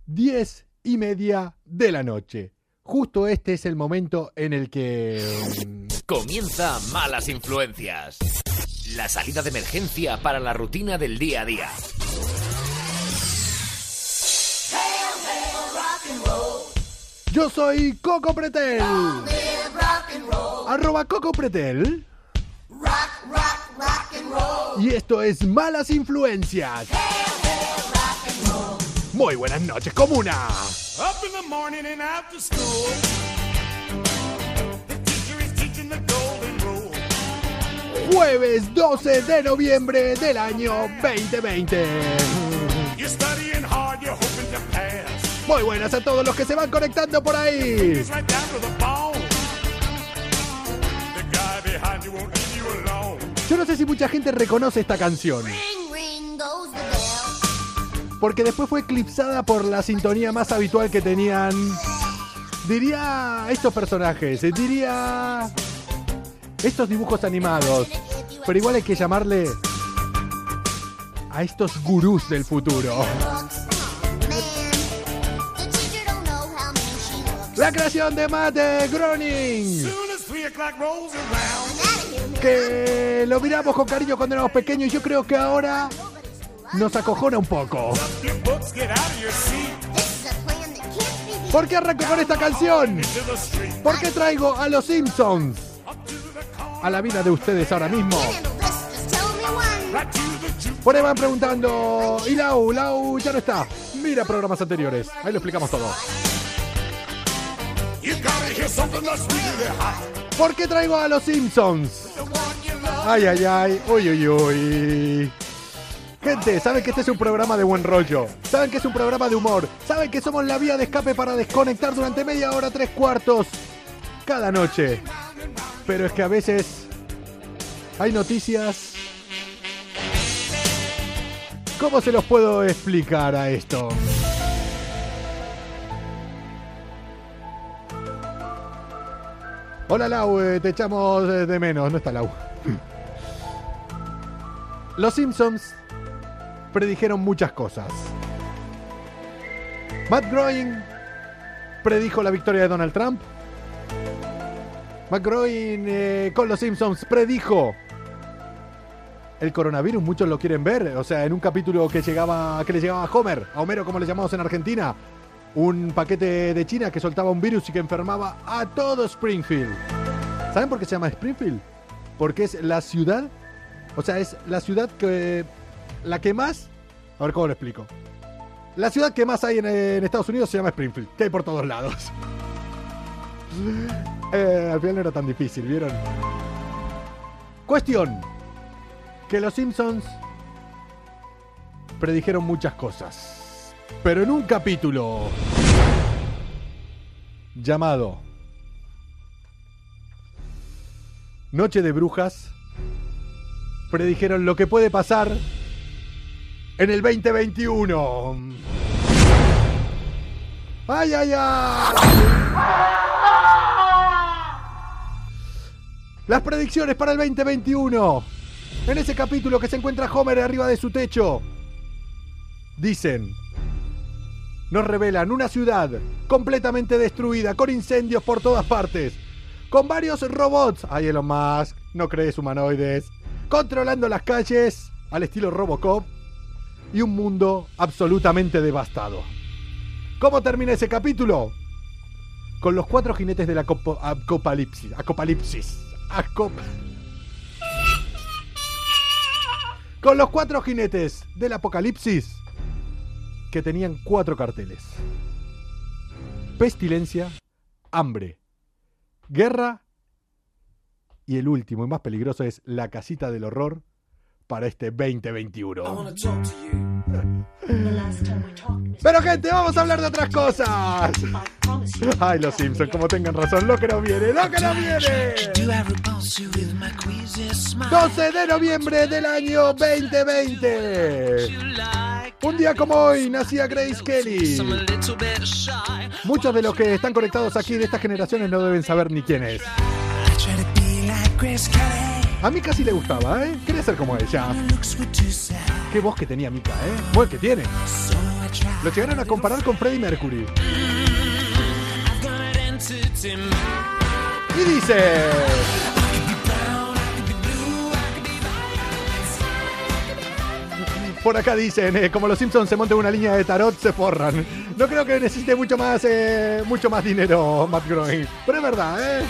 10:30 de la noche. Justo este es el momento en el que... Comienza Malas Influencias. La salida de emergencia para la rutina del día a día. Yo soy Coco Pretel. @Coco Pretel. Y esto es Malas Influencias. Muy buenas noches, comuna. Up in the morning and after school, the teacher is teaching the golden rule. Jueves 12 de noviembre del año 2020. You're studying hard, you're hoping to pass. Muy buenas a todos los que se van conectando por ahí. It's right down to the bone. The guy behind you won't leave you alone. Yo no sé si mucha gente reconoce esta canción, Ring, ring goes the bell. porque después fue eclipsada por la sintonía más habitual que tenían, diría, estos personajes, diría, estos dibujos animados, pero igual hay que llamarle a estos gurús del futuro. La creación de Matt Groening, Soon as 3 o'clock rolls around, que lo miramos con cariño cuando éramos pequeños y yo creo que ahora nos acojona un poco. your books, get out of your seat. ¿Por qué arranco con esta canción? To the street, ¿Por qué traigo a los Simpsons a la vida de ustedes ahora mismo? right to the juke. Por ahí van preguntando, y Lau ya no está. Mira programas anteriores, ahí lo explicamos todo. You gotta hear something that's really hot. ¿Por qué traigo a los Simpsons? The one you love. Ay, uy. Gente, saben que este es un programa de buen rollo. Saben que es un programa de humor. Saben que somos la vía de escape para desconectar durante media hora, 3/4 cada noche. Pero es que a veces hay noticias. ¿Cómo se los puedo explicar a esto? Hola Lau, te echamos de menos. No está Lau. Los Simpsons predijeron muchas cosas. Matt Groening predijo la victoria de Donald Trump. Matt Groening con los Simpsons predijo el coronavirus. Muchos lo quieren ver. O sea, en un capítulo que le llegaba a Homero como le llamamos en Argentina, un paquete de China que soltaba un virus y que enfermaba a todo Springfield. ¿Saben por qué se llama Springfield? Porque es la ciudad, o sea, es la ciudad que la que más, a ver cómo lo explico. La ciudad que más hay en Estados Unidos se llama Springfield, que hay por todos lados. Al final no era tan difícil, ¿vieron? Cuestión, que los Simpsons predijeron muchas cosas. Pero en un capítulo llamado Noche de Brujas, predijeron lo que puede pasar en el 2021. ¡Ay! Las predicciones para el 2021. En ese capítulo que se encuentra Homer arriba de su techo, dicen, nos revelan una ciudad completamente destruida, con incendios por todas partes, con varios robots, ay Elon Musk, no crees humanoides, controlando las calles al estilo Robocop, y un mundo absolutamente devastado. ¿Cómo termina ese capítulo? Con los 4 jinetes del apocalipsis. Con los 4 jinetes del apocalipsis, que tenían 4 carteles: pestilencia, hambre, guerra, y el último y más peligroso es la casita del horror para este 2021. Pero gente, vamos a hablar de otras cosas. Ay, los Simpsons, como tengan razón, lo que nos viene. 12 de noviembre del año 2020. Un día como hoy nacía Grace Kelly. Muchos de los que están conectados aquí de estas generaciones no deben saber ni quién es. A Mika sí le gustaba, ¿eh? Quería ser como ella. Qué voz que tenía Mika, ¿eh? Bueno, que tiene. Lo llegaron a comparar con Freddie Mercury. Y dice... Por acá dicen, como los Simpsons se montan una línea de tarot, se forran. No creo que necesite mucho más dinero, Matt Groening. Pero es verdad, ¿eh?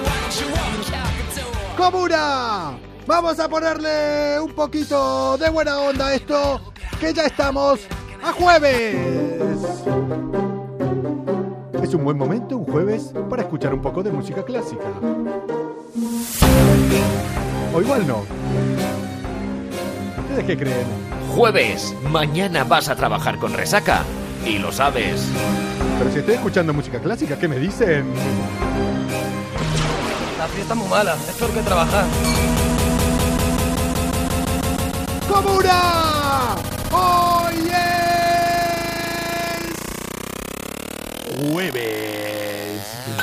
¡Comuna! Vamos a ponerle un poquito de buena onda a esto, que ya estamos a jueves. Es un buen momento, un jueves, para escuchar un poco de música clásica. O igual no. ¿Ustedes qué creen? Jueves, mañana vas a trabajar con resaca. Y lo sabes. Pero si estoy escuchando música clásica, ¿qué me dicen? La fiesta es muy mala, es peor que trabajar. ¡Comuna! ¡Hoy es jueves!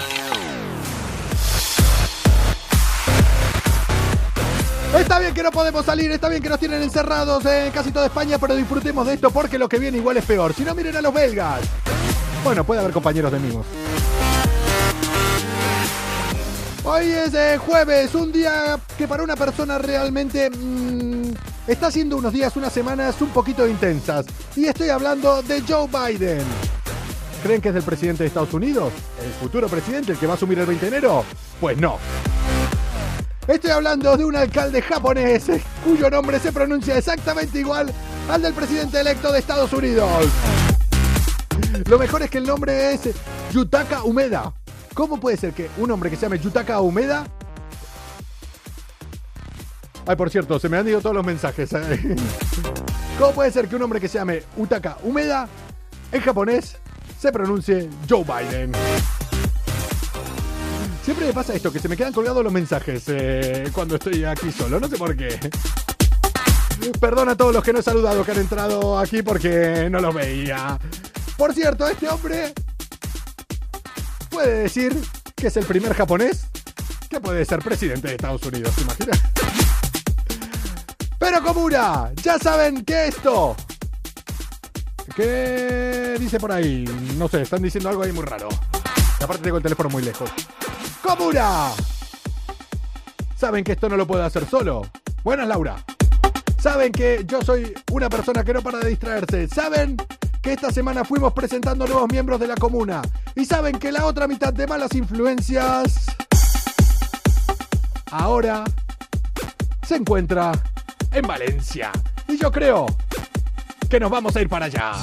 Está bien que no podemos salir, está bien que nos tienen encerrados en casi toda España, pero disfrutemos de esto porque lo que viene igual es peor. Si no, miren a los belgas. Bueno, puede haber compañeros de mimos. Hoy es jueves, un día que para una persona realmente está siendo unos días, unas semanas un poquito intensas. Y estoy hablando de Joe Biden. ¿Creen que es el presidente de Estados Unidos? ¿El futuro presidente, el que va a asumir el 20 de enero? Pues no. Estoy hablando de un alcalde japonés cuyo nombre se pronuncia exactamente igual al del presidente electo de Estados Unidos. Lo mejor es que el nombre es Yutaka Umeda. ¿Cómo puede ser que un hombre que se llame Yutaka Umeda... Ay, por cierto, se me han ido todos los mensajes. ¿Cómo puede ser que un hombre que se llame Yutaka Umeda en japonés se pronuncie Joe Biden? Siempre me pasa esto, que se me quedan colgados los mensajes cuando estoy aquí solo. No sé por qué. Perdón a todos los que no he saludado, que han entrado aquí porque no los veía. Por cierto, este hombre puede decir que es el primer japonés que puede ser presidente de Estados Unidos, ¿te imaginas? Pero comuna, ya saben que esto... ¿Qué dice por ahí? No sé, están diciendo algo ahí muy raro. Y aparte tengo el teléfono muy lejos. ¡Comuna! ¿Saben que esto no lo puedo hacer solo? Buenas, Laura. ¿Saben que yo soy una persona que no para de distraerse? ¿Saben que esta semana fuimos presentando nuevos miembros de la comuna? ¿Y saben que la otra mitad de Malas Influencias ahora se encuentra en Valencia? Y yo creo que nos vamos a ir para allá.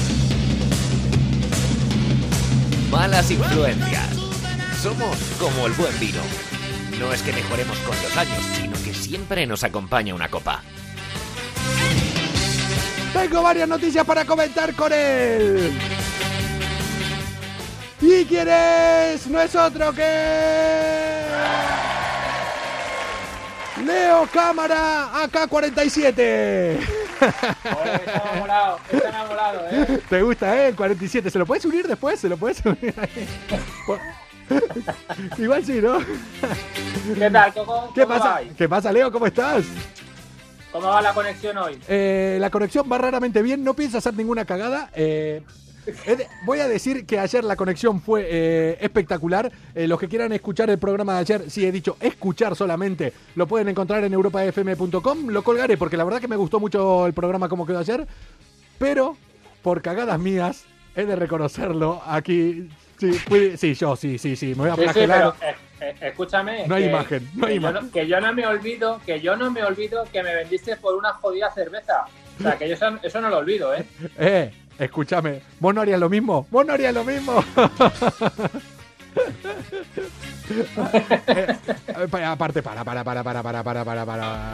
Malas influencias. Somos como el buen vino. No es que mejoremos con los años, sino que siempre nos acompaña una copa. Tengo varias noticias para comentar con él. ¿Y quién es? No es otro que... Leo Cámara AK-47. Está enamorado, ¿eh? ¿Te gusta, el 47? ¿Se lo puedes unir después? ¿Se lo puedes unir ahí? Igual sí, ¿no? ¿Qué tal? ¿Cómo pasa? vais? ¿Qué pasa, Leo? ¿Cómo estás? ¿Cómo va la conexión hoy? La conexión va raramente bien, no piensa hacer ninguna cagada. Voy a decir que ayer la conexión fue espectacular. Los que quieran escuchar el programa de ayer, sí he dicho escuchar solamente, lo pueden encontrar en europafm.com. Lo colgaré porque la verdad que me gustó mucho el programa como quedó ayer. Pero por cagadas mías, he de reconocerlo aquí. Sí, yo, me voy a flagelar. Sí, pero escúchame. No hay imagen, no hay imagen. Que yo no me olvido que me vendiste por una jodida cerveza. O sea, que yo eso no lo olvido, ¿eh? Escúchame, ¿vos no harías lo mismo? ¿Vos no harías lo mismo? Aparte, para.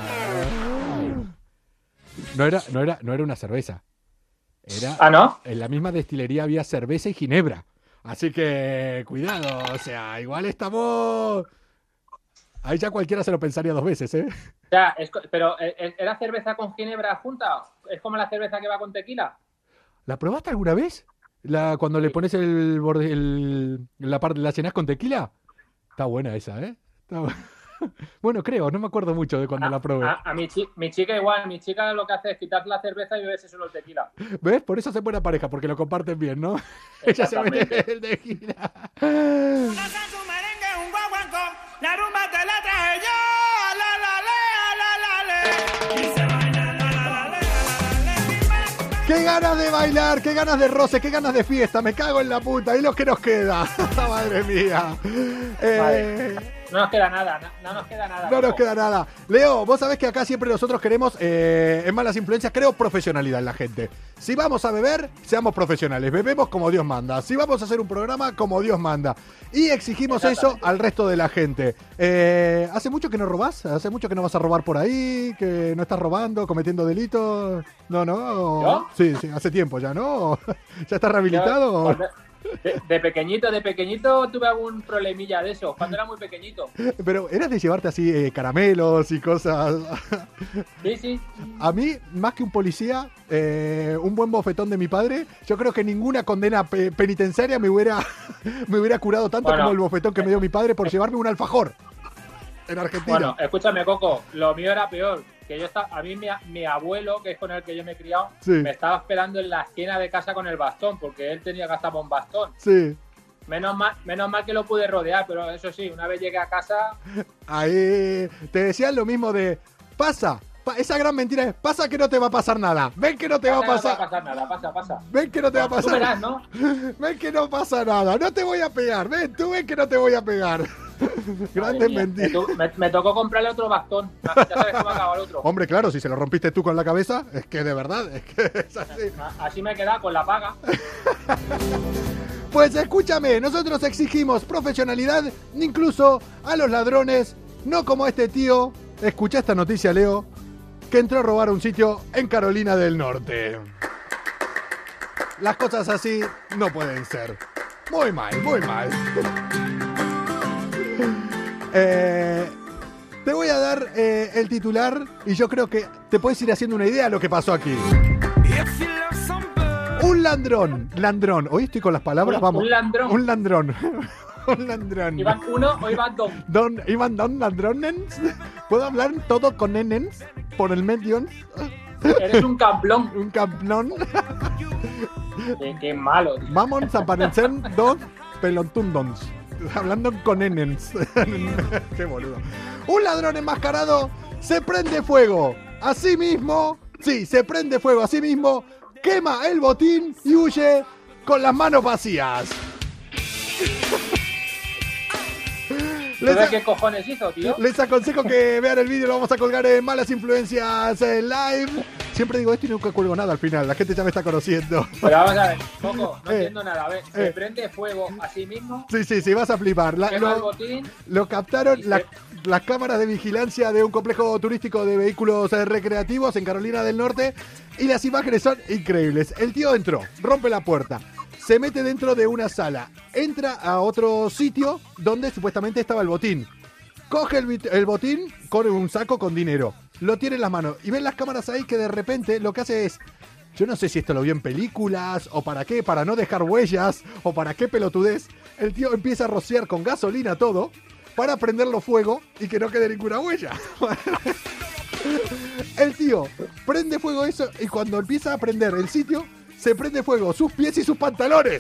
No era una cerveza. ¿Ah, no? En la misma destilería había cerveza y ginebra. Así que, cuidado, o sea, igual estamos... Ahí ya cualquiera se lo pensaría dos veces, ¿eh? O sea, pero ¿era cerveza con ginebra junta? ¿Es como la cerveza que va con tequila? ¿La probaste alguna vez? Cuando le pones la llenás con tequila. Está buena esa, ¿eh? Bueno, creo, no me acuerdo mucho de cuando la probé. A mi chica igual, mi chica lo que hace es quitarse la cerveza y beberse solo el tequila. ¿Ves? Por eso se buena pareja, porque lo comparten bien, ¿no? Ella se mete el tequila. Una salsa, un merengue, un guaguancó, la rumba te la traje yo. La la le, la la le. Y se baila, la la le, la la le. ¡Qué ganas de bailar! ¡Qué ganas de roce! ¡Qué ganas de fiesta! ¡Me cago en la puta! ¿Y lo que nos queda? ¡Madre mía! Vale. No nos queda nada, no nos queda nada. No nos queda nada. Leo, vos sabés que acá siempre nosotros queremos, en Malas Influencias, creo profesionalidad en la gente. Si vamos a beber, seamos profesionales. Bebemos como Dios manda. Si vamos a hacer un programa, como Dios manda. Y exigimos eso al resto de la gente. ¿Hace mucho que no robás? ¿Hace mucho que no vas a robar por ahí? ¿Que no estás robando, cometiendo delitos? No. ¿Yo? Sí, hace tiempo ya, ¿no? ¿Ya estás rehabilitado? De pequeñito tuve algún problemilla de eso, cuando era muy pequeñito. Pero eras de llevarte así caramelos y cosas. Sí. A mí, más que un policía, un buen bofetón de mi padre, yo creo que ninguna condena penitenciaria me hubiera curado tanto como el bofetón que me dio mi padre por llevarme un alfajor en Argentina. Bueno, escúchame, Coco, lo mío era peor. Que yo estaba, a mí mi abuelo, que es con el que yo me he criado, Sí. me estaba esperando en la esquina de casa con el bastón, porque él tenía que estar un bastón. Sí. Menos mal que lo pude rodear, pero eso sí, una vez llegué a casa, Ahí te decían lo mismo de pasa. Esa gran mentira es pasa que no te va a pasar nada. Ven que no te va a no te va pasar. a pasar nada, pasa. Ven que no te va a pasar. Tú verás, ¿no? Ven que no pasa nada. No te voy a pegar. Ven que no te voy a pegar. Grandes Madre mía, mentiras. me tocó comprarle otro bastón. Ya sabes cómo acaba el otro. Hombre, claro, si se lo rompiste tú con la cabeza, es que de verdad, es que es así. Así me he quedado con la paga. Pues escúchame, nosotros exigimos profesionalidad incluso a los ladrones, no como este tío, escucha esta noticia, Leo, que entró a robar un sitio en Carolina del Norte. Las cosas así no pueden ser. Muy mal. Te voy a dar el titular y yo creo que te puedes ir haciendo una idea de lo que pasó aquí. Un landrón. Hoy estoy con las palabras, vamos. Un landrón. Un landrón. ¿Iban uno o iban dos? ¿Iban dos ladrones? ¿Puedo hablar todo con nenens? Por el medio. Eres un camplón. Un camplón. Qué malo, tío. Vamos a aparecer dos pelontundons. Hablando con nenens. Qué boludo. Un ladrón enmascarado se prende fuego. Así mismo, se prende fuego. Así mismo, quema el botín y huye con las manos vacías. ¿Sabes qué cojones hizo, tío? Les aconsejo que vean el vídeo, lo vamos a colgar en Malas Influencias Live. Siempre digo esto y nunca cuelgo nada al final, la gente ya me está conociendo. Pero vamos a ver, Coco, no entiendo nada. A ver, ¿se prende fuego a sí mismo? Sí, vas a flipar. ¿Quema el botín? Lo captaron las cámaras de vigilancia de un complejo turístico de vehículos recreativos en Carolina del Norte y las imágenes son increíbles. El tío entró, rompe la puerta, se mete dentro de una sala, entra a otro sitio donde supuestamente estaba el botín. Coge el botín con un saco con dinero, lo tiene en las manos y ven las cámaras ahí que de repente lo que hace es, yo no sé si esto lo vio en películas o para qué, para no dejar huellas o para qué pelotudez, el tío empieza a rociar con gasolina todo para prenderlo fuego y que no quede ninguna huella. El tío prende fuego eso y cuando empieza a prender el sitio, se prende fuego sus pies y sus pantalones.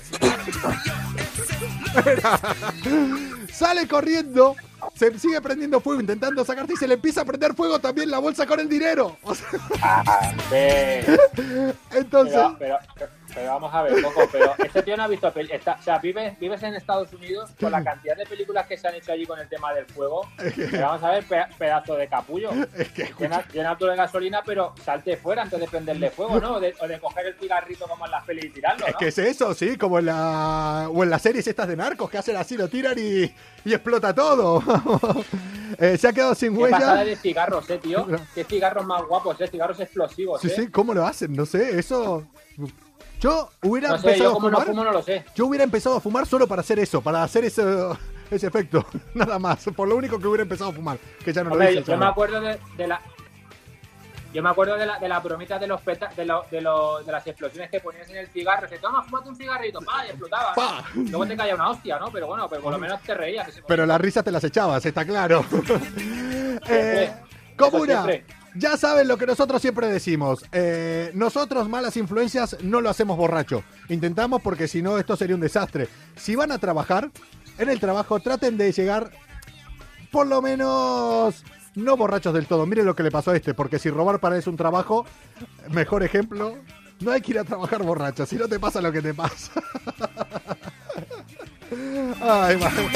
Sale corriendo, se sigue prendiendo fuego intentando sacarte y se le empieza a prender fuego también la bolsa con el dinero. O sea, entonces... Pero vamos a ver, Coco, pero este tío no ha visto o sea, vives en Estados Unidos con la cantidad de películas que se han hecho allí con el tema del fuego. Pero vamos a ver, pedazo de capullo. Es que llena tú de gasolina, pero salte fuera antes de prenderle fuego, ¿no? O de coger el cigarrito como en las pelis y tirarlo, ¿no? Es que es eso, sí, como en las series estas de narcos que hacen así, lo tiran y explota todo. Se ha quedado sin huella. Qué pasada de cigarros, tío. Qué cigarros más guapos, cigarros explosivos, Sí, ¿cómo lo hacen? No sé, eso... Yo hubiera no sé, empezado yo como a fumar, no fumo no lo sé. Yo hubiera empezado a fumar solo para hacer eso, para hacer ese efecto, nada más. Por lo único que hubiera empezado a fumar, que ya no Hombre, lo hice. yo me acuerdo de Yo me acuerdo de la bromita de de las explosiones que ponías en el cigarro. Se toma, fúmate un cigarrito, pa, y explotaba. Pa. Luego te caía una hostia, ¿no? Pero bueno, por lo menos te reías. Pero las risas te las echabas, está claro. Comuna, siempre. ya saben lo que nosotros siempre decimos. Nosotros, malas influencias, no lo hacemos borracho. Intentamos porque si no, esto sería un desastre. Si van a trabajar, en el trabajo traten de llegar por lo menos no borrachos del todo. Miren lo que le pasó a este, porque si robar para es un trabajo, mejor ejemplo, no hay que ir a trabajar borracho, si no te pasa lo que te pasa. Ay, madre.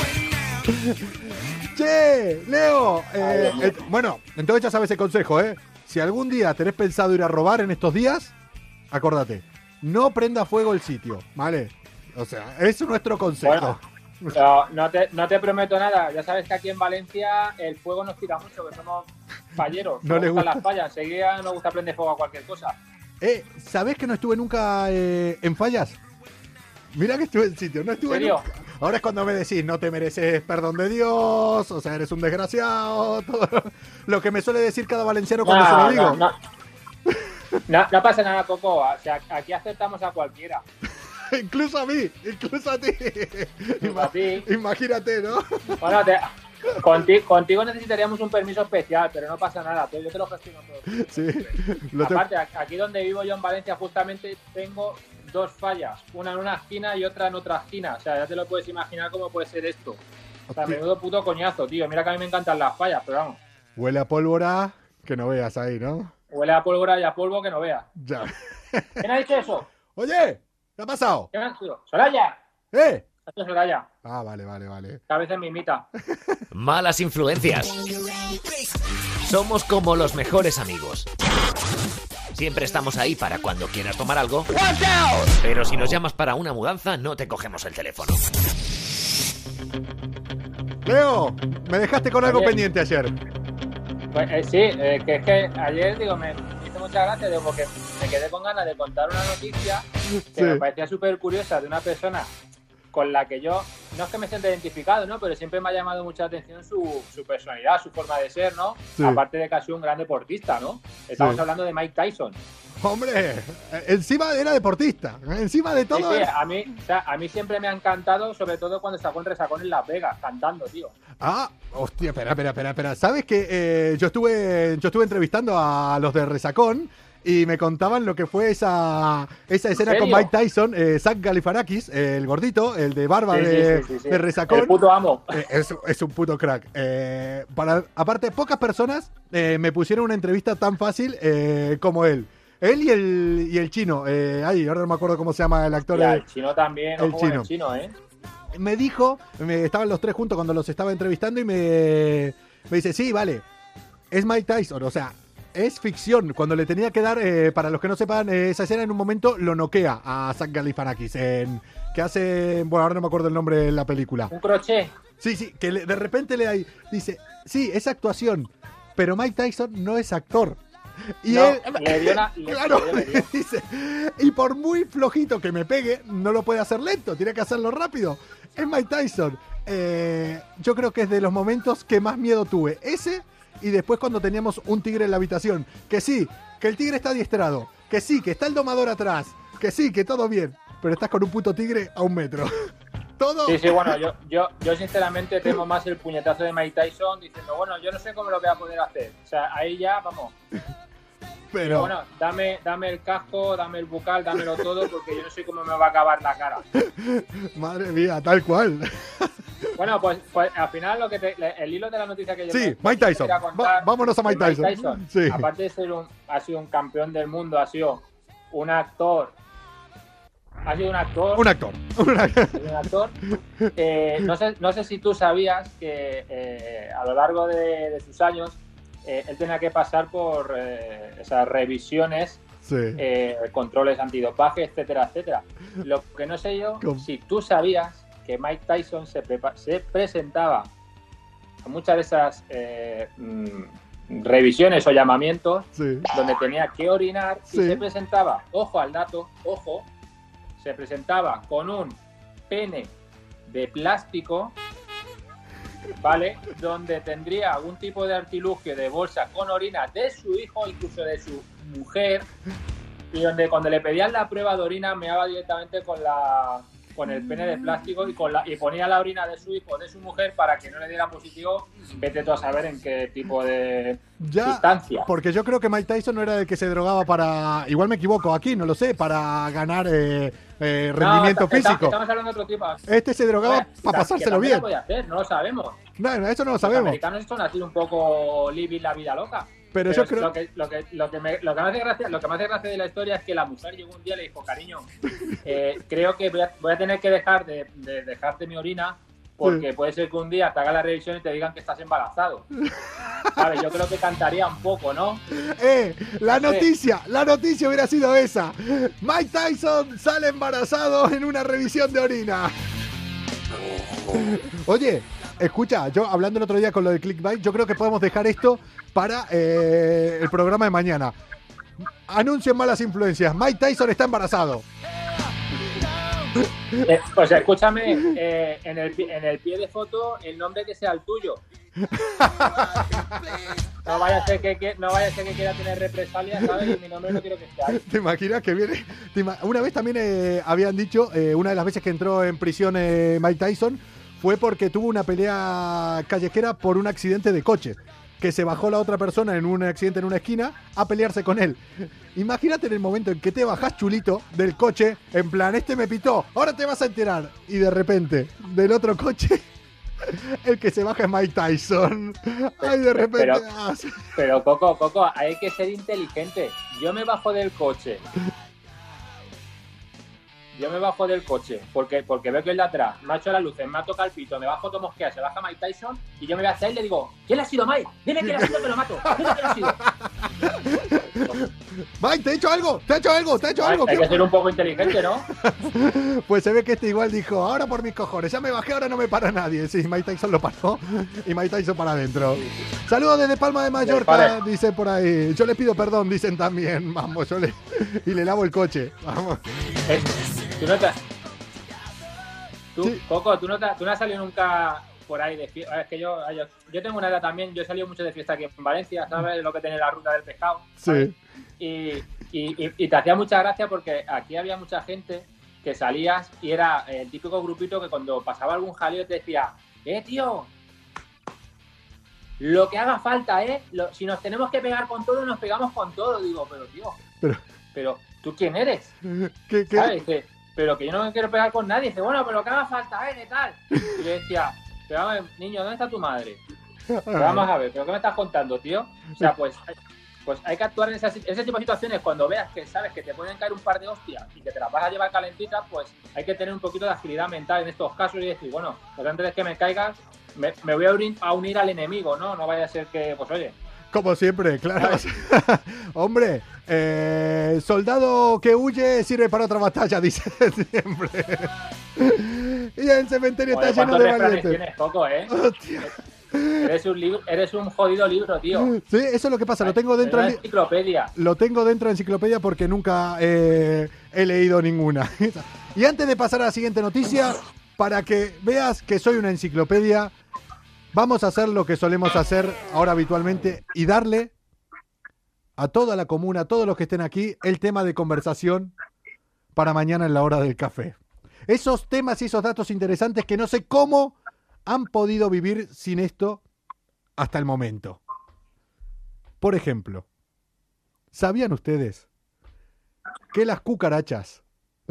Che, Leo, bueno, entonces ya sabes el consejo, ¿eh? Si algún día tenés pensado ir a robar en estos días, acordate, no prenda fuego el sitio, ¿vale? O sea, es nuestro consejo. Bueno, no te prometo nada. Ya sabes que aquí en Valencia el fuego nos tira mucho, que somos falleros. No nos le gustan gusta. las fallas. Enseguida nos gusta prender fuego a cualquier cosa. ¿Sabés que no estuve nunca en fallas? Mira que estuve en sitio, no estuve ¿En serio? nunca. Ahora es cuando me decís, no te mereces perdón de Dios, o sea, eres un desgraciado, todo lo que me suele decir cada valenciano cuando se lo digo. No pasa nada, Coco. O sea, aquí aceptamos a cualquiera. Incluso a mí, incluso a ti. A ti. Imagínate, ¿no? Bueno, contigo necesitaríamos un permiso especial, pero no pasa nada. Yo te lo gestiono todo. Sí. Aparte, aquí donde vivo yo en Valencia, justamente tengo 2 fallas. Una en una esquina y otra en otra esquina. O sea, ya te lo puedes imaginar cómo puede ser esto. O sea, menudo puto coñazo, tío. Mira que a mí me encantan las fallas, pero vamos. Huele a pólvora, que no veas ahí, ¿no? Huele a pólvora y a polvo que no veas. Ya. ¿Quién ha dicho eso? Oye, ¿qué ha pasado? ¿Quién ha dicho? ¡Soraya! ¿Eh? Ha dicho Soraya. Ah, vale. Que a veces me imita. Malas influencias. Somos como los mejores amigos. Siempre estamos ahí para cuando quieras tomar algo. Pero si nos llamas para una mudanza, no te cogemos el teléfono. Leo, me dejaste con algo Oye. pendiente ayer. Pues, sí, que es que ayer, digo, me hizo mucha gracia, digo, porque me quedé con ganas de contar una noticia que Sí. me parecía súper curiosa de una persona con la que yo, no es que me sienta identificado, ¿no? Pero siempre me ha llamado mucha atención su personalidad, su forma de ser, ¿no? Sí. Aparte de que ha sido un gran deportista, ¿no? Estamos Sí. hablando de Mike Tyson. Hombre, encima era deportista, encima de todo. Sí, era- a mí siempre me ha encantado, sobre todo cuando sacó en Resacón en Las Vegas, cantando, tío. Ah, hostia, espera. ¿Sabes que yo estuve entrevistando a los de Resacón y me contaban lo que fue esa escena con serio? Mike Tyson, Zach Galifianakis, el gordito, el de barba Sí, de sí. Resacón. El puto amo. Es un puto crack. Aparte, pocas personas me pusieron una entrevista tan fácil como él. Él y el chino. Ahora no me acuerdo cómo se llama el actor. Ya, el chino también, el ojo con chino. el chino, ¿eh? Me dijo, estaban los tres juntos cuando los estaba entrevistando y me dice, sí, vale, es Mike Tyson, o sea, es ficción. Cuando le tenía que dar, para los que no sepan, esa escena en un momento lo noquea a Zach Galifianakis, que hace, bueno, ahora no me acuerdo el nombre de la película. Un crochet. Sí, que de repente dice, sí, es actuación, pero Mike Tyson no es actor. Y No, él, le dio claro, le dio. dice, y por muy flojito que me pegue, no lo puede hacer lento, tiene que hacerlo rápido. Es Mike Tyson. Yo creo que es de los momentos que más miedo tuve. Ese, y después cuando teníamos un tigre en la habitación. Que sí, que el tigre está adiestrado. Que sí, que está el domador atrás. Que sí, que todo bien. Pero estás con un puto tigre a 1 metro. Todo. Sí, bueno, yo sinceramente temo más el puñetazo de Mike Tyson diciendo, bueno, yo no sé cómo lo voy a poder hacer. O sea, ahí ya, vamos. Pero Bueno, dame el casco, dame el bucal, dámelo todo, porque yo no sé cómo me va a acabar la cara. madre mía, tal cual. Bueno, pues al final el hilo de la noticia que yo Sí, Mike Tyson. quería contar Vámonos a Mike de Tyson. Sí. Aparte de ser ha sido un campeón del mundo, ha sido un actor. Ha sido un actor. Un actor. No sé si tú sabías que a lo largo de sus años él tenía que pasar por esas revisiones, Sí. controles antidopaje, etcétera, etcétera. Lo que no sé yo, ¿Cómo? si tú sabías que Mike Tyson se presentaba a muchas de esas revisiones o llamamientos Sí. donde tenía que orinar y Sí. se presentaba, ojo al dato, ojo, se presentaba con un pene de plástico ¿vale? Donde tendría algún tipo de artilugio de bolsa con orina de su hijo, incluso de su mujer, y donde cuando le pedían la prueba de orina meaba directamente con el pene de plástico y ponía la orina de su hijo o de su mujer para que no le diera positivo, vete tú a saber en qué tipo de sustancia. Porque yo creo que Mike Tyson no era el que se drogaba para, igual me equivoco aquí, no lo sé, para ganar rendimiento físico. Estamos hablando de otro tipo. Este se drogaba para pasárselo bien. Lo puede hacer, no lo sabemos. No, eso no lo Los sabemos. americanos son así un poco living la vida loca. Pero yo creo lo que me hace gracia de la historia es que la mujer llegó un día y le dijo, cariño, creo que voy a tener que dejar de dejarte mi orina porque puede ser que un día te haga la revisión y te digan que estás embarazado. ¿Sabes? Yo creo que cantaría un poco, ¿no? La noticia hubiera sido esa. Mike Tyson sale embarazado en una revisión de orina. Oye, escucha, yo hablando el otro día con lo de Clickbait, yo creo que podemos dejar esto para el programa de mañana. Anuncio en Malas Influencias. Mike Tyson está embarazado. Pues escúchame, en el pie de foto, el nombre que sea el tuyo. No vaya a ser que quiera tener represalias, ¿sabes? Y mi nombre no quiero que esté ahí. ¿Te imaginas que viene? Una vez también habían dicho, una de las veces que entró en prisión Mike Tyson fue porque tuvo una pelea callejera por un accidente de coche. Que se bajó la otra persona en un accidente en una esquina a pelearse con él. Imagínate en el momento en que te bajás, chulito, del coche, en plan, este me pitó, ahora te vas a enterar. Y de repente, del otro coche, el que se baja es Mike Tyson. Ay, de repente... Pero Coco, hay que ser inteligente. Yo me bajo del coche porque veo que el de atrás me ha hecho las luces, me ha tocado el pito, me bajo todo mosquea, se baja Mike Tyson y yo me voy hacia él y le digo, ¿quién le ha sido, Mike? Dime quién le ha sido que lo mato. Dime quién le ha sido. Mike, ¿te he hecho algo? ¿Te ha hecho algo? Hay que ser un poco inteligente, ¿no? Pues se ve que este igual dijo, ahora por mis cojones, ya me bajé, ahora no me para nadie. Sí, Mike Tyson lo paró y Mike Tyson para adentro. Saludos desde Palma de Mallorca, dice por ahí. Yo le pido perdón, dicen también. Vamos, y le lavo el coche. Vamos. Coco, ¿tú no has salido nunca por ahí de fiesta? Es que yo tengo una edad también, yo he salido mucho de fiesta aquí en Valencia, ¿sabes? Lo que tiene la ruta del pescado, ¿sabes? Sí. Y te hacía mucha gracia porque aquí había mucha gente que salías y era el típico grupito que cuando pasaba algún jaleo te decía, tío, lo que haga falta, si nos tenemos que pegar con todo, nos pegamos con todo. Digo, pero tío, pero ¿tú quién eres? ¿Qué? ¿Sabes? Pero que yo no me quiero pegar con nadie. Dice, bueno, pero que haga falta, ¿qué tal? Y yo decía, pero vamos, niño, ¿dónde está tu madre? Pero vamos a ver, ¿pero qué me estás contando, tío? O sea, pues hay que actuar en ese tipo de situaciones. Cuando veas que sabes que te pueden caer un par de hostias y que te las vas a llevar calentitas, pues hay que tener un poquito de agilidad mental en estos casos y decir, bueno, pues antes de que me caigas, me voy a unir al enemigo, ¿no? No vaya a ser que, pues oye... Como siempre, claro. Hombre, soldado que huye sirve para otra batalla, dice siempre. Y el cementerio está lleno de valientes. Tienes poco, Hostia. Eres un jodido libro, tío. Sí, eso es lo que pasa. Lo tengo dentro de enciclopedia. Lo tengo dentro de enciclopedia porque nunca he leído ninguna. Y antes de pasar a la siguiente noticia, para que veas que soy una enciclopedia, vamos a hacer lo que solemos hacer ahora habitualmente y darle a toda la comuna, a todos los que estén aquí, el tema de conversación para mañana en la hora del café. Esos temas y esos datos interesantes que no sé cómo han podido vivir sin esto hasta el momento. Por ejemplo, ¿sabían ustedes que las cucarachas,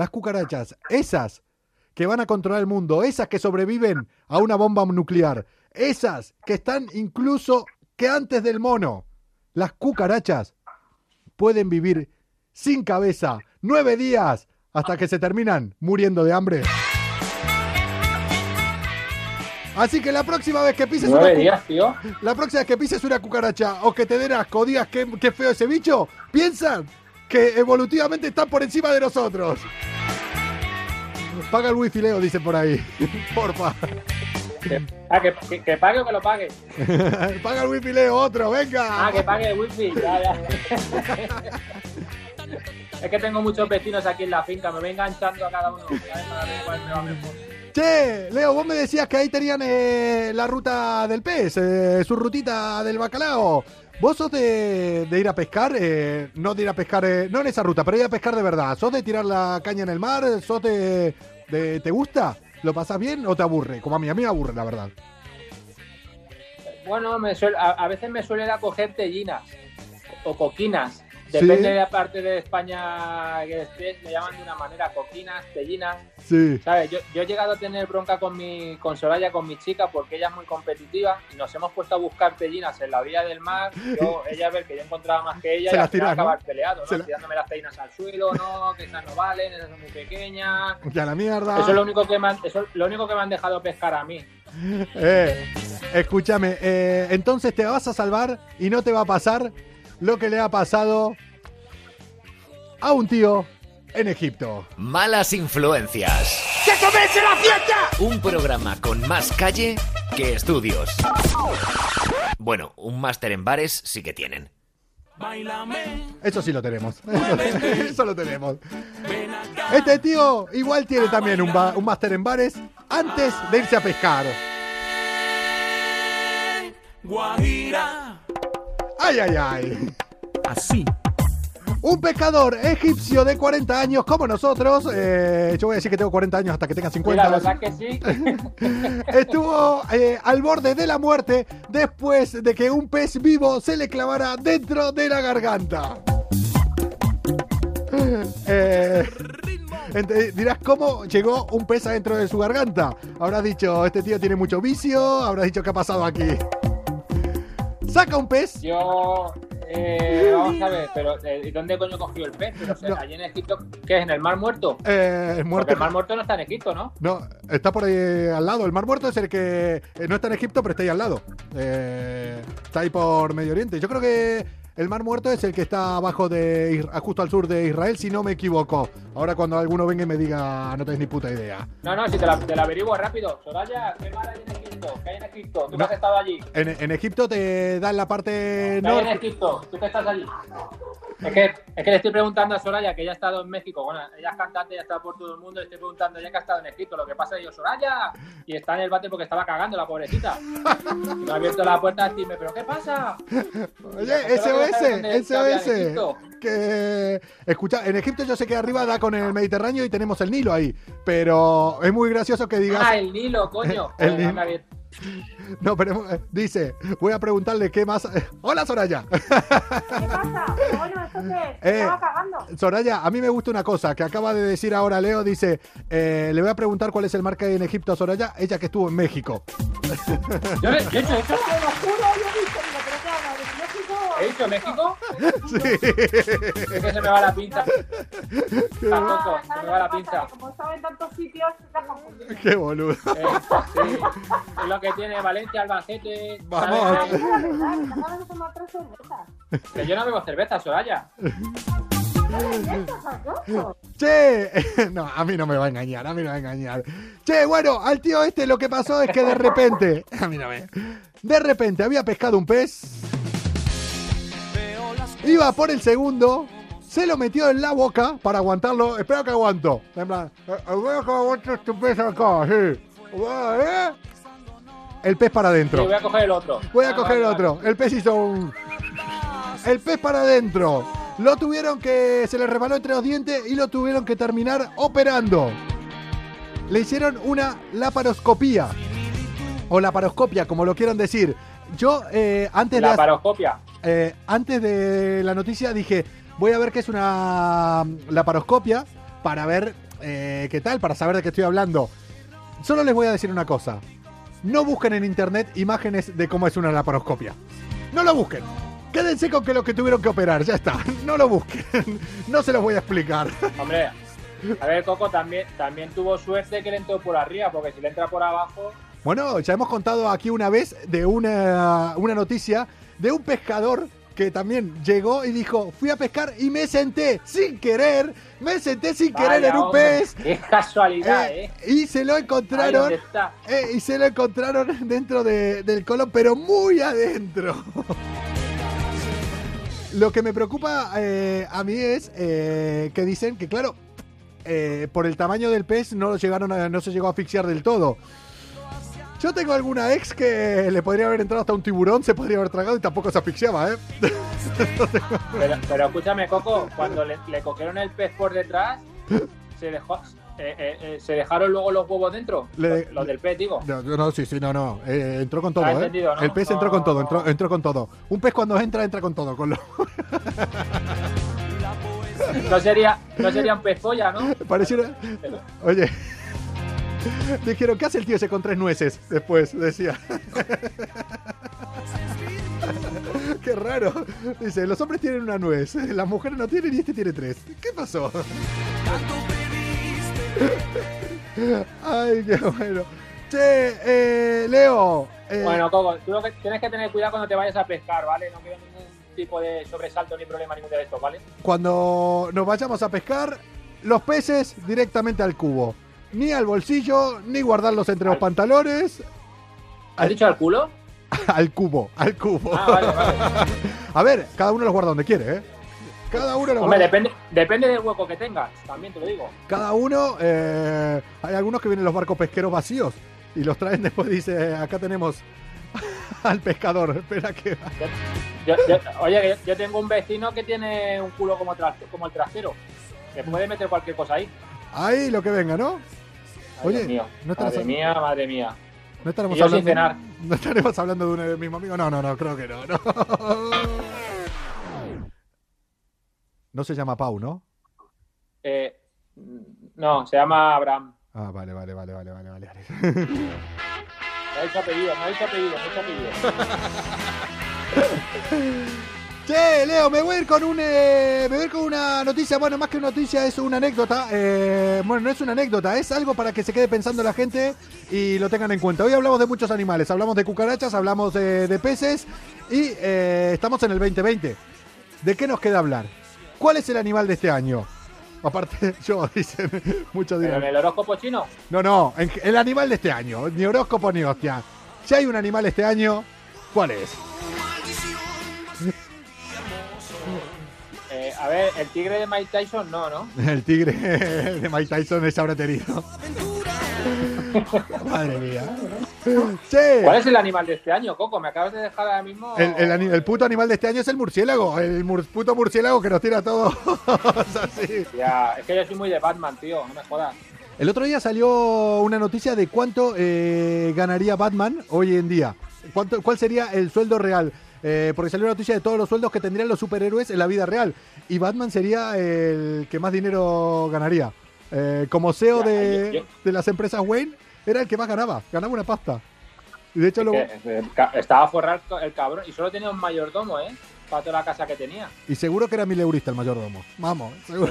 esas que van a controlar el mundo, esas que sobreviven a una bomba nuclear, esas que están incluso que antes del mono, las cucarachas pueden vivir sin cabeza 9 días hasta que se terminan muriendo de hambre? Así que la próxima vez que pises la próxima vez que pises una cucaracha o que te den asco, digas qué feo ese bicho, piensan que evolutivamente están por encima de nosotros. Paga el wifi, Leo, dice por ahí. Porfa. Que pague o que lo pague. Paga el wifi, Leo, otro, venga. Que pague el wifi, ya. Es que tengo muchos vecinos aquí en la finca, me voy enganchando a cada uno. Che, Leo, vos me decías que ahí tenían la ruta del pez, su rutita del bacalao. ¿Vos sos de ir a pescar? No de ir a pescar, no en esa ruta, pero ir a pescar de verdad. ¿Sos de tirar la caña en el mar? ¿Sos ¿te gusta? ¿Lo pasás bien o te aburre? Como a mí me aburre, la verdad. Bueno, a veces me suele ir a coger tellinas o coquinas. Depende de la parte de España que estés, me llaman de una manera, coquinas, tellinas. Sí. ¿Sabes? Yo he llegado a tener bronca con Soraya, con mi chica, porque ella es muy competitiva y nos hemos puesto a buscar tellinas en la orilla del mar. Ella ve que yo encontraba más que ella Se y las al final tiras, ¿no? acabar peleado, ¿no? Tirándome las tellinas al suelo, no, que esas no valen, esas son muy pequeñas. Ya la mierda. Eso es lo único que me han dejado pescar a mí. Escúchame, entonces te vas a salvar y no te va a pasar lo que le ha pasado a un tío en Egipto. Malas influencias. ¡Que comience la fiesta! Un programa con más calle que estudios. Bueno, un máster en bares sí que tienen. Eso sí lo tenemos. Eso lo tenemos. Este tío igual tiene también un máster en bares antes de irse a pescar. Guajira. ¡Ay, ay, ay! Así. Un pescador egipcio de 40 años como nosotros, yo voy a decir que tengo 40 años hasta que tenga 50. Sí, la verdad que sí. Estuvo al borde de la muerte después de que un pez vivo se le clavara dentro de la garganta. Dirás, ¿cómo llegó un pez adentro de su garganta? Habrás dicho, este tío tiene mucho vicio, habrás dicho, ¿qué ha pasado aquí? Saca un pez. Vamos a ver, pero ¿dónde coño cogió el pez? Pero, o sea, No. allí en Egipto, ¿qué es? ¿En el Mar Muerto? Muerto. Porque el Mar Muerto no está en Egipto, ¿no? No, está por ahí al lado. El Mar Muerto es el que no está en Egipto, pero está ahí al lado. Está ahí por Medio Oriente. Yo creo que el Mar Muerto es el que está abajo justo al sur de Israel, si no me equivoco. Ahora cuando alguno venga y me diga, no tenés ni puta idea. No, si te la averiguo rápido. Soraya, ¿qué mar hay en Egipto? ¿Qué hay en Egipto? ¿Tú que No. has estado allí? En Egipto te dan la parte ¿Qué hay en norte. Egipto? ¿Tú que estás allí? Es que le estoy preguntando a Soraya, que ella ha estado en México. Bueno, ella es cantante, ella ha estado por todo el mundo. Le estoy preguntando, ella que ha estado en Egipto. Lo que pasa es que yo, Soraya, y está en el bate porque estaba cagando, la pobrecita. Y me ha abierto la puerta a decirme, ¿pero qué pasa? Oye, ¿Dónde SOS. en Egipto? Que escucha, en Egipto yo sé que arriba da con el Mediterráneo y tenemos el Nilo ahí, pero es muy gracioso que digas. Ah, el Nilo, coño. El Joder, Nilo. anda bien. No, pero dice, voy a preguntarle qué más. Hola, Soraya. ¿Qué pasa? Bueno, entonces, estaba cagando. Soraya, a mí me gusta una cosa que acaba de decir ahora Leo. Dice, le voy a preguntar cuál es el mar que hay en Egipto a Soraya, ella que estuvo en México. ¿Yo he hecho eso? Te lo juro, yo he visto, digo, pero ¿qué hablas? ¿De México? ¿He dicho México? Sí. Es que se me va la pinza. Tampoco, Ah, se ¿sabes me lo va la que pasa? pinza. Que como estaba en tantos sitios, te has confundido. Qué boludo. Sí. Es lo que tiene Valencia, Albacete. Vamos. ¿sabes? Es la verdad, que te acabas de tomar 3 cervezas. Que yo no bebo cerveza, Soraya. Che, no, a mí no me va a engañar, Che, bueno, al tío este lo que pasó es que de repente, de repente había pescado un pez, iba por el segundo, se lo metió en la boca para aguantarlo. Espera que aguanto. En plan, voy a aguantar este pez acá, sí. El pez para Sí, adentro. voy a coger el otro. Voy a coger el otro. El pez hizo un... El pez para adentro. Lo tuvieron que... Se le resbaló entre los dientes y lo tuvieron que terminar operando. Le hicieron una laparoscopía. O laparoscopia, como lo quieran decir. Yo, antes La de... paroscopia. Antes de la noticia dije, voy a ver qué es una laparoscopia para ver qué tal, para saber de qué estoy hablando. Solo les voy a decir una cosa. No busquen en internet imágenes de cómo es una laparoscopia. No lo busquen. Quédense con que lo que tuvieron que operar, ya está. No lo busquen. No se los voy a explicar. Hombre, a ver, Coco también tuvo suerte que le entró por arriba, porque si le entra por abajo... Bueno, ya hemos contado aquí una vez de una noticia de un pescador que también llegó y dijo, fui a pescar y me senté sin querer en un hombre, pez. Qué casualidad, Y se lo Ahí encontraron donde está. y se lo encontraron dentro del colon, pero muy adentro. Lo que me preocupa a mí es que dicen que, claro, por el tamaño del pez no se llegó a asfixiar del todo. Yo tengo alguna ex que le podría haber entrado hasta un tiburón, se podría haber tragado y tampoco se asfixiaba, ¿eh? Pero escúchame, Coco, cuando le cogieron el pez por detrás, se dejaron luego los huevos dentro. Los del pez, digo. No, sí, no. Entró con todo, ¿eh? Entendido, ¿no? El pez entró con todo, entró con todo. Un pez cuando entra con todo. No sería un pez polla, ¿no? Pareciera... Oye... Dijeron, ¿qué hace el tío ese con 3 nueces? Después, decía. Qué raro. Dice, los hombres tienen una nuez, las mujeres no tienen y este tiene 3. ¿Qué pasó? Ay, qué bueno. Che, Leo. Bueno, Coco, tú lo que tienes que tener cuidado cuando te vayas a pescar, ¿vale? No quiero ningún tipo de sobresalto ni problema ningún de esto, ¿vale? Cuando nos vayamos a pescar, los peces directamente al cubo. Ni al bolsillo, ni guardarlos entre los pantalones. ¿Has dicho al culo? Al cubo. Ah, vale. A ver, cada uno los guarda donde quiere, ¿eh? Cada uno los Hombre, guarda. depende del hueco que tengas, también te lo digo. Cada uno, hay algunos que vienen los barcos pesqueros vacíos y los traen después, dice, acá tenemos al pescador. Espera que... Oye, yo tengo un vecino que tiene un culo como el trasero. Que puede meter cualquier cosa ahí. Ahí lo que venga, ¿no? Ay, Oye, Dios mío. no madre mía. No estaremos Y yo hablando, sin cenar. ¿No estaremos hablando de uno del mismo amigo? No, creo que no. No se llama Pau, ¿no? No, se llama Abraham. Ah, vale. No he dicho apellido. Che, Leo, me voy a ir con una noticia. Bueno, más que una noticia, es una anécdota. Bueno, no es una anécdota, es algo para que se quede pensando la gente y lo tengan en cuenta. Hoy hablamos de muchos animales, hablamos de cucarachas, hablamos de peces y estamos en el 2020. ¿De qué nos queda hablar? ¿Cuál es el animal de este año? Aparte, dicen, muchos dirán. ¿Pero en el horóscopo chino? No, el animal de este año, ni horóscopo ni hostia. Si hay un animal este año, ¿cuál es? A ver, el tigre de Mike Tyson no. El tigre de Mike Tyson es ahora tenido. Madre mía. Che. ¿Cuál es el animal de este año, Coco? Me acabas de dejar ahora mismo... El puto animal de este año es el murciélago. Puto murciélago que nos tira todo así. Ya, es que yo soy muy de Batman, tío. No me jodas. El otro día salió una noticia de cuánto ganaría Batman hoy en día. ¿Cuál sería el sueldo real? Porque salió una noticia de todos los sueldos que tendrían los superhéroes en la vida real. Y Batman sería el que más dinero ganaría. Como CEO de las empresas Wayne, era el que más ganaba una pasta. Y de hecho estaba forrado el cabrón y solo tenía un mayordomo, para toda la casa que tenía. Y seguro que era 1000 eurista el mayordomo. Vamos, seguro.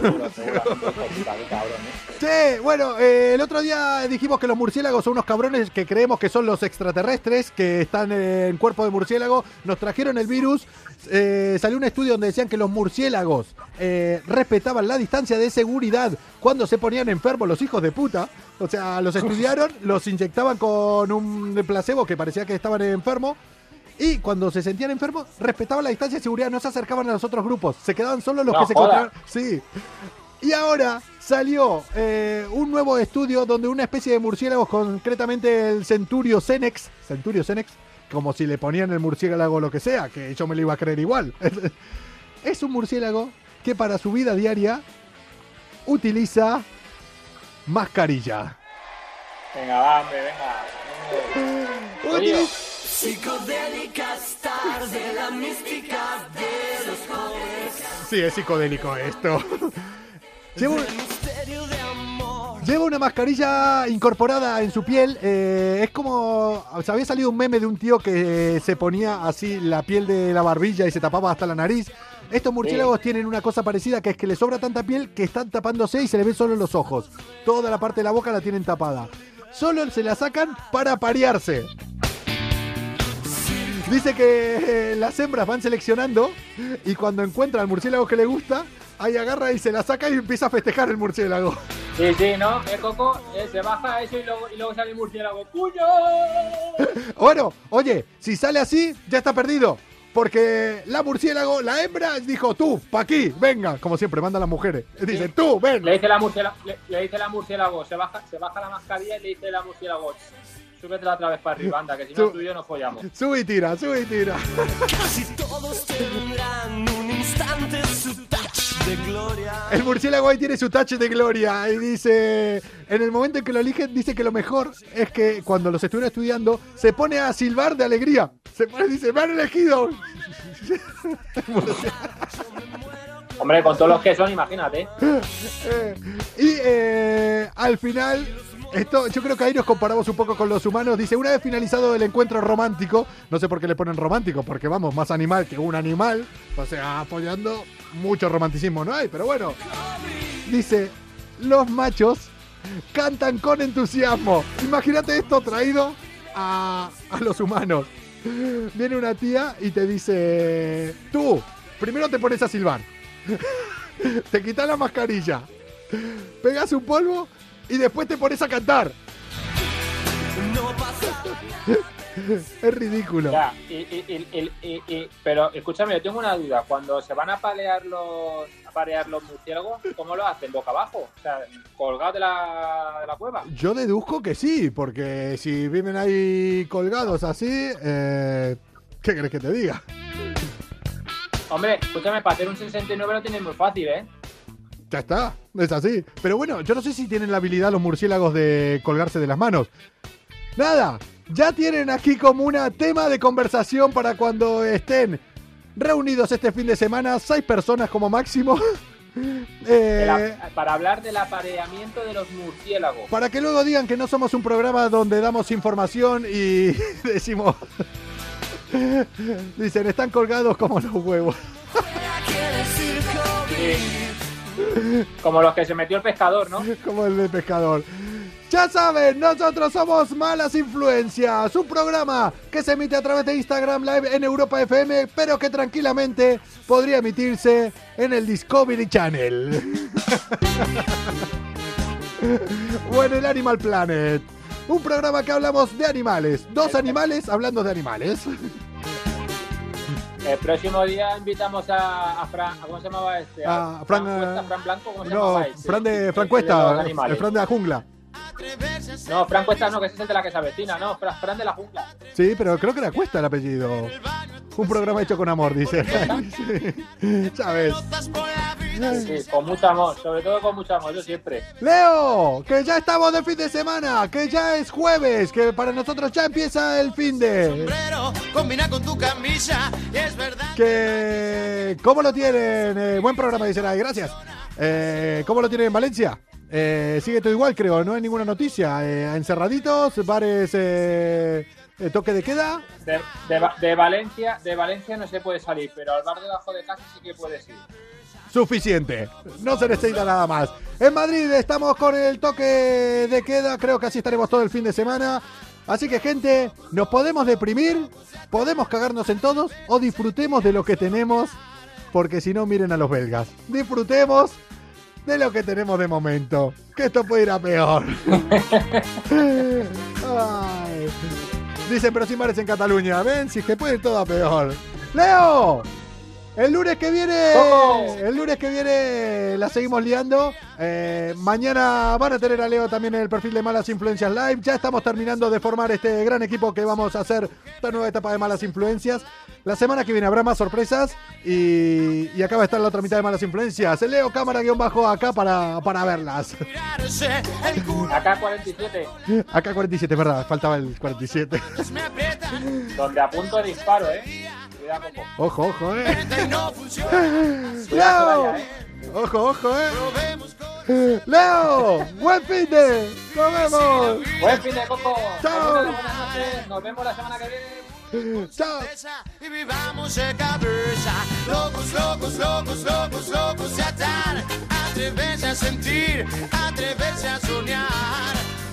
Sí, bueno, el otro día dijimos que los murciélagos son unos cabrones que creemos que son los extraterrestres que están en cuerpo de murciélago. Nos trajeron el virus. Salió un estudio donde decían que los murciélagos respetaban la distancia de seguridad cuando se ponían enfermos los hijos de puta. O sea, los estudiaron, los inyectaban con un placebo que parecía que estaban enfermos. Y cuando se sentían enfermos, respetaban la distancia de seguridad, no se acercaban a los otros grupos, se quedaban solo los que se encontraban. Sí. Y ahora salió un nuevo estudio donde una especie de murciélagos, concretamente el Centurio Cenex, como si le ponían el murciélago lo que sea, que yo me lo iba a creer igual. Es un murciélago que para su vida diaria utiliza mascarilla. Venga, va, hombre, venga. Psicodélicas tarde, la mística de los jóvenes. Sí, es psicodélico esto. Lleva una mascarilla incorporada en su piel. Es como... Se había salido un meme de un tío que se ponía así la piel de la barbilla y se tapaba hasta la nariz. Estos murciélagos tienen una cosa parecida, que es que les sobra tanta piel que están tapándose y se les ven solo los ojos. Toda la parte de la boca la tienen tapada. Solo se la sacan para aparearse. Dice que las hembras van seleccionando y cuando encuentra al murciélago que le gusta, ahí agarra y se la saca y empieza a festejar el murciélago. Sí, ¿no? Coco, se baja eso y luego sale el murciélago. ¡Puño! Bueno, oye, si sale así, ya está perdido. Porque la murciélago, la hembra, dijo, tú, pa' aquí, venga. Como siempre, manda a las mujeres. Dice, tú, ven. Le dice la murciélago, se baja la mascarilla y le dice la murciélago, súbetela otra vez para arriba, anda, que si no tú y yo no follamos. Sube y tira. Casi todos tendrán un instante su touch de gloria. El murciélago ahí tiene su touch de gloria y dice, en el momento en que lo eligen, dice que lo mejor es que cuando los estuvieron estudiando, se pone a silbar de alegría. Se pone y dice, me han elegido. Hombre, con todos los que son, imagínate. Al final, esto, yo creo que ahí nos comparamos un poco con los humanos. Dice, una vez finalizado el encuentro romántico, no sé por qué le ponen romántico, porque vamos, más animal que un animal, o sea, apoyando mucho romanticismo no hay, pero bueno. Dice, los machos cantan con entusiasmo. Imagínate esto traído a los humanos. Viene una tía y te dice, tú, primero te pones a silbar, te quitas la mascarilla, pegas un polvo y después te pones a cantar. Es ridículo. Ya, pero escúchame, yo tengo una duda. Cuando se van a parear los murciélagos, ¿cómo lo hacen? ¿Boca abajo? O sea, ¿colgados de la cueva? Yo deduzco que sí, porque si viven ahí colgados así, ¿qué crees que te diga? Hombre, escúchame, para hacer un 69 lo tienes muy fácil, ¿eh? Ya está, es así. Pero bueno, yo no sé si tienen la habilidad los murciélagos de colgarse de las manos. Nada, ya tienen aquí como un tema de conversación para cuando estén reunidos este fin de semana, 6 personas como máximo. Para hablar del apareamiento de los murciélagos. Para que luego digan que no somos un programa donde damos información y decimos... Dicen, están colgados como los huevos. Sí. Como los que se metió el pescador, ¿no? Como el de pescador. Ya saben, nosotros somos Malas Influencias, un programa que se emite a través de Instagram Live en Europa FM, pero que tranquilamente podría emitirse en el Discovery Channel. O en el Animal Planet. Un programa que hablamos de animales. 2 animales hablando de animales. El próximo día invitamos a Fran, ¿cómo se llamaba este? A Fran Blanco, ¿cómo se no, llamaba este? Fran de Fran Cuesta, el Fran de la jungla. No, Fran Cuesta no, que ese es el de la que se avecina, no, Fran de la jungla. Sí, pero creo que era Cuesta el apellido. Un programa hecho con amor, dice. Sí, ¿sabes? Sí, con mucho amor, sobre todo con mucho amor, yo siempre. Leo, que ya estamos de fin de semana, que ya es jueves, que para nosotros ya empieza el fin de... Combina con tu camisa, y es verdad. Que... ¿Cómo lo tienen? Buen programa, dicen ahí, gracias. ¿Cómo lo tienen en Valencia? Sigue todo igual, creo, no hay ninguna noticia. Encerraditos, bares, toque de queda. De Valencia no se puede salir, pero al bar debajo de casa sí que puedes ir. Suficiente, no se necesita nada más. En Madrid estamos con el toque de queda, creo que así estaremos todo el fin de semana. Así que, gente, nos podemos deprimir, podemos cagarnos en todos o disfrutemos de lo que tenemos, porque si no, miren a los belgas. Disfrutemos de lo que tenemos de momento, que esto puede ir a peor. Ay. Dicen, pero sin bares en Cataluña, ven, si es que puede ir todo a peor. ¡Leo! El lunes que viene la seguimos liando. Mañana van a tener a Leo también en el perfil de Malas Influencias Live. Ya estamos terminando de formar este gran equipo que vamos a hacer esta nueva etapa de Malas Influencias. La semana que viene habrá más sorpresas y acá va a estar la otra mitad de Malas Influencias. El Leo cámara-acá para verlas. Acá 47. Acá 47, verdad, faltaba el 47. Donde apunto disparo, Ojo, Leo. Ojo, Leo, buen fin de. Nos vemos. Buen fin de, Coco. Chao. Buenas noches. Nos vemos la semana que viene. Chao. Y vivamos de cabeza, locos de atar, atreverse a sentir, atreverse a soñar,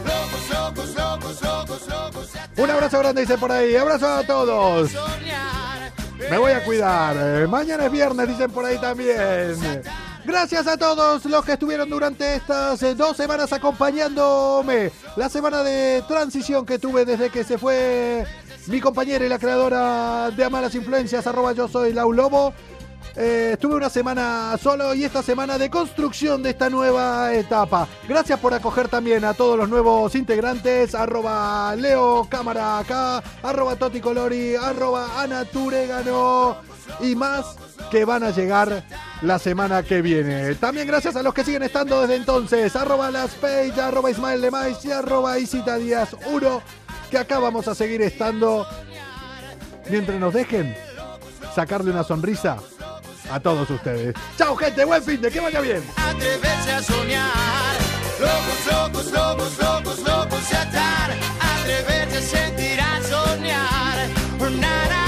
locos de atar. Un abrazo grande, dice por ahí, abrazo a todos. Me voy a cuidar, mañana es viernes, dicen por ahí también. Gracias a todos los que estuvieron durante estas 2 semanas acompañándome. La semana de transición que tuve desde que se fue mi compañera y la creadora de Malas Influencias, @ yo soy Lau Lobo. Estuve una semana solo y esta semana de construcción de esta nueva etapa. Gracias por acoger también a todos los nuevos integrantes, @Leo Cámara acá, @Toticolori, @Anaturegano y más que van a llegar la semana que viene. También gracias a los que siguen estando desde entonces, @Laspage, @IsmaelDemais y @IsitaDíaz1, que acá vamos a seguir estando mientras nos dejen sacarle una sonrisa a todos ustedes. Chao, gente, buen fin de, que vaya bien. Atreverse a soñar, locos, locos, locos, locos, locos y atar, atreverse a sentir, a soñar, na, na.